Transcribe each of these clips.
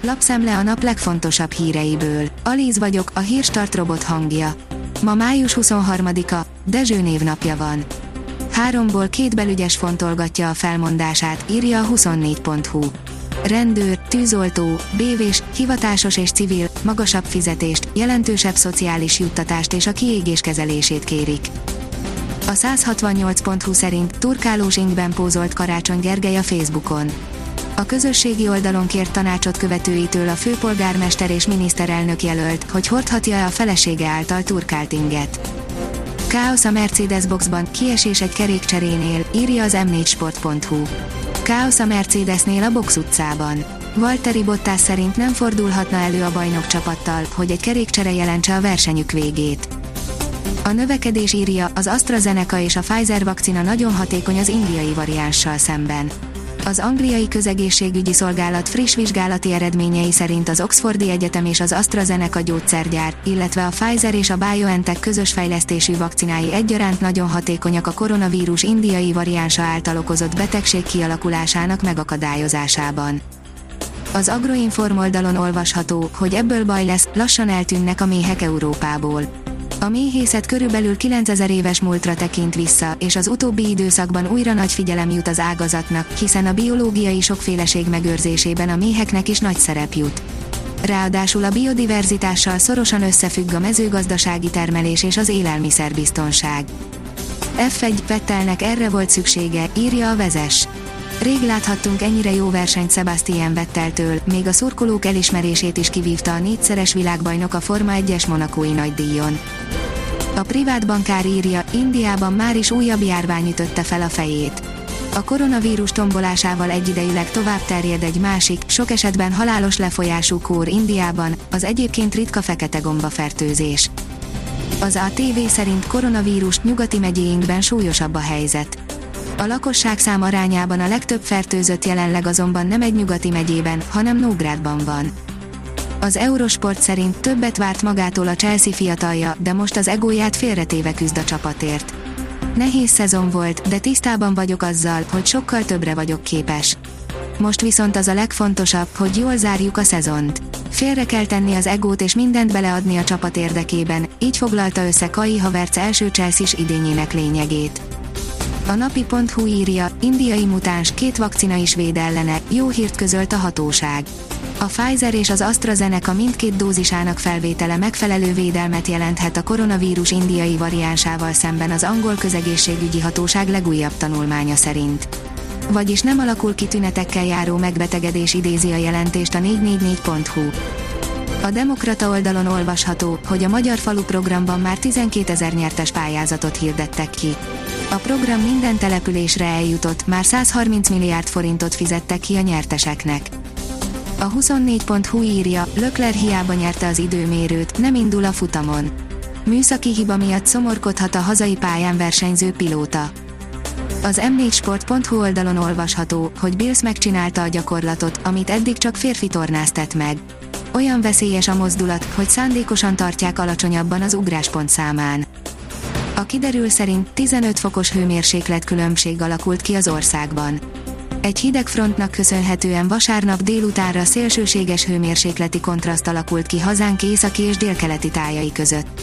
Lapszemle a nap legfontosabb híreiből. Alíz vagyok, a Hírstart robot hangja. Ma május 23-a, Dezső névnapja van. 3-ból 2 belügyes fontolgatja a felmondását, írja a 24.hu. Rendőr, tűzoltó, BV-s, hivatásos és civil, magasabb fizetést, jelentősebb szociális juttatást és a kiégés kezelését kérik. A 168.hu szerint turkálós ingben pózolt Karácsony Gergely a Facebookon. A közösségi oldalon kért tanácsot követőitől a főpolgármester és miniszterelnök jelölt, hogy hordhatja-e a felesége által turkált inget. Káosz a Mercedes boxban, kiesés egy kerékcserénél, írja az m4sport.hu. Káosz a Mercedesnél a box utcában. Valtteri Bottas szerint nem fordulhatna elő a bajnok csapattal, hogy egy kerékcsere jelentse a versenyük végét. A növekedés írja, az AstraZeneca és a Pfizer vakcina nagyon hatékony az indiai variánssal szemben. Az angliai közegészségügyi szolgálat friss vizsgálati eredményei szerint az Oxfordi Egyetem és az AstraZeneca gyógyszergyár, illetve a Pfizer és a BioNTech közös fejlesztésű vakcinái egyaránt nagyon hatékonyak a koronavírus indiai variánsa által okozott betegség kialakulásának megakadályozásában. Az Agroinform oldalon olvasható, hogy ebből baj lesz, lassan eltűnnek a méhek Európából. A méhészet körülbelül 9000 éves múltra tekint vissza, és az utóbbi időszakban újra nagy figyelem jut az ágazatnak, hiszen a biológiai sokféleség megőrzésében a méheknek is nagy szerep jut. Ráadásul a biodiverzitással szorosan összefügg a mezőgazdasági termelés és az élelmiszerbiztonság. F1 Vettelnek erre volt szüksége, írja a Vezes. Rég láthattunk ennyire jó versenyt Sebastian Vetteltől, még a szurkolók elismerését is kivívta a 4-szeres világbajnok a Forma 1-es monacói nagydíjon. A privát bankár írja, Indiában már is újabb járvány ütötte fel a fejét. A koronavírus tombolásával egyidejűleg tovább terjed egy másik, sok esetben halálos lefolyású kór Indiában, az egyébként ritka fekete gomba fertőzés. Az ATV szerint koronavírus nyugati megyéinkben súlyosabb a helyzet. A lakosságszám arányában a legtöbb fertőzött jelenleg azonban nem egy nyugati megyében, hanem Nógrádban van. Az Eurosport szerint többet várt magától a Chelsea fiatalja, de most az egóját félretéve küzd a csapatért. Nehéz szezon volt, de tisztában vagyok azzal, hogy sokkal többre vagyok képes. Most viszont az a legfontosabb, hogy jól zárjuk a szezont. Félre kell tenni az egót és mindent beleadni a csapat érdekében, így foglalta össze Kai Havertz első Chelsea-s idényének lényegét. A napi.hu írja, indiai mutáns, 2 vakcina is véd ellene, jó hírt közölt a hatóság. A Pfizer és az AstraZeneca mindkét dózisának felvétele megfelelő védelmet jelenthet a koronavírus indiai variánsával szemben az angol közegészségügyi hatóság legújabb tanulmánya szerint. Vagyis nem alakul ki tünetekkel járó megbetegedés, idézi a jelentést a 444.hu. A Demokrata oldalon olvasható, hogy a Magyar Falu programban már 12 000 nyertes pályázatot hirdettek ki. A program minden településre eljutott, már 130 milliárd forintot fizettek ki a nyerteseknek. A 24.hu írja, Leclerc hiába nyerte az időmérőt, nem indul a futamon. Műszaki hiba miatt szomorkodhat a hazai pályán versenyző pilóta. Az m4sport.hu oldalon olvasható, hogy Bills megcsinálta a gyakorlatot, amit eddig csak férfi tornász tett meg. Olyan veszélyes a mozdulat, hogy szándékosan tartják alacsonyabban az ugráspontszámán. A kiderül szerint 15 fokos hőmérséklet különbség alakult ki az országban. Egy hideg frontnak köszönhetően vasárnap délutánra szélsőséges hőmérsékleti kontraszt alakult ki hazánk északi és délkeleti tájai között.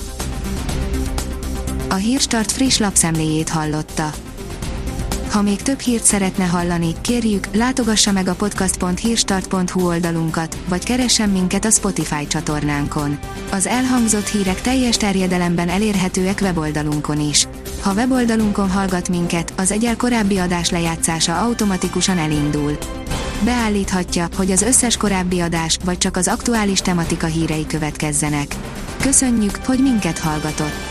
A Hírstart friss lapszemléjét hallotta. Ha még több hírt szeretne hallani, kérjük, látogassa meg a podcast.hírstart.hu oldalunkat, vagy keressen minket a Spotify csatornánkon. Az elhangzott hírek teljes terjedelemben elérhetőek weboldalunkon is. Ha weboldalunkon hallgat minket, az egyel korábbi adás lejátszása automatikusan elindul. Beállíthatja, hogy az összes korábbi adás, vagy csak az aktuális tematika hírei következzenek. Köszönjük, hogy minket hallgatott!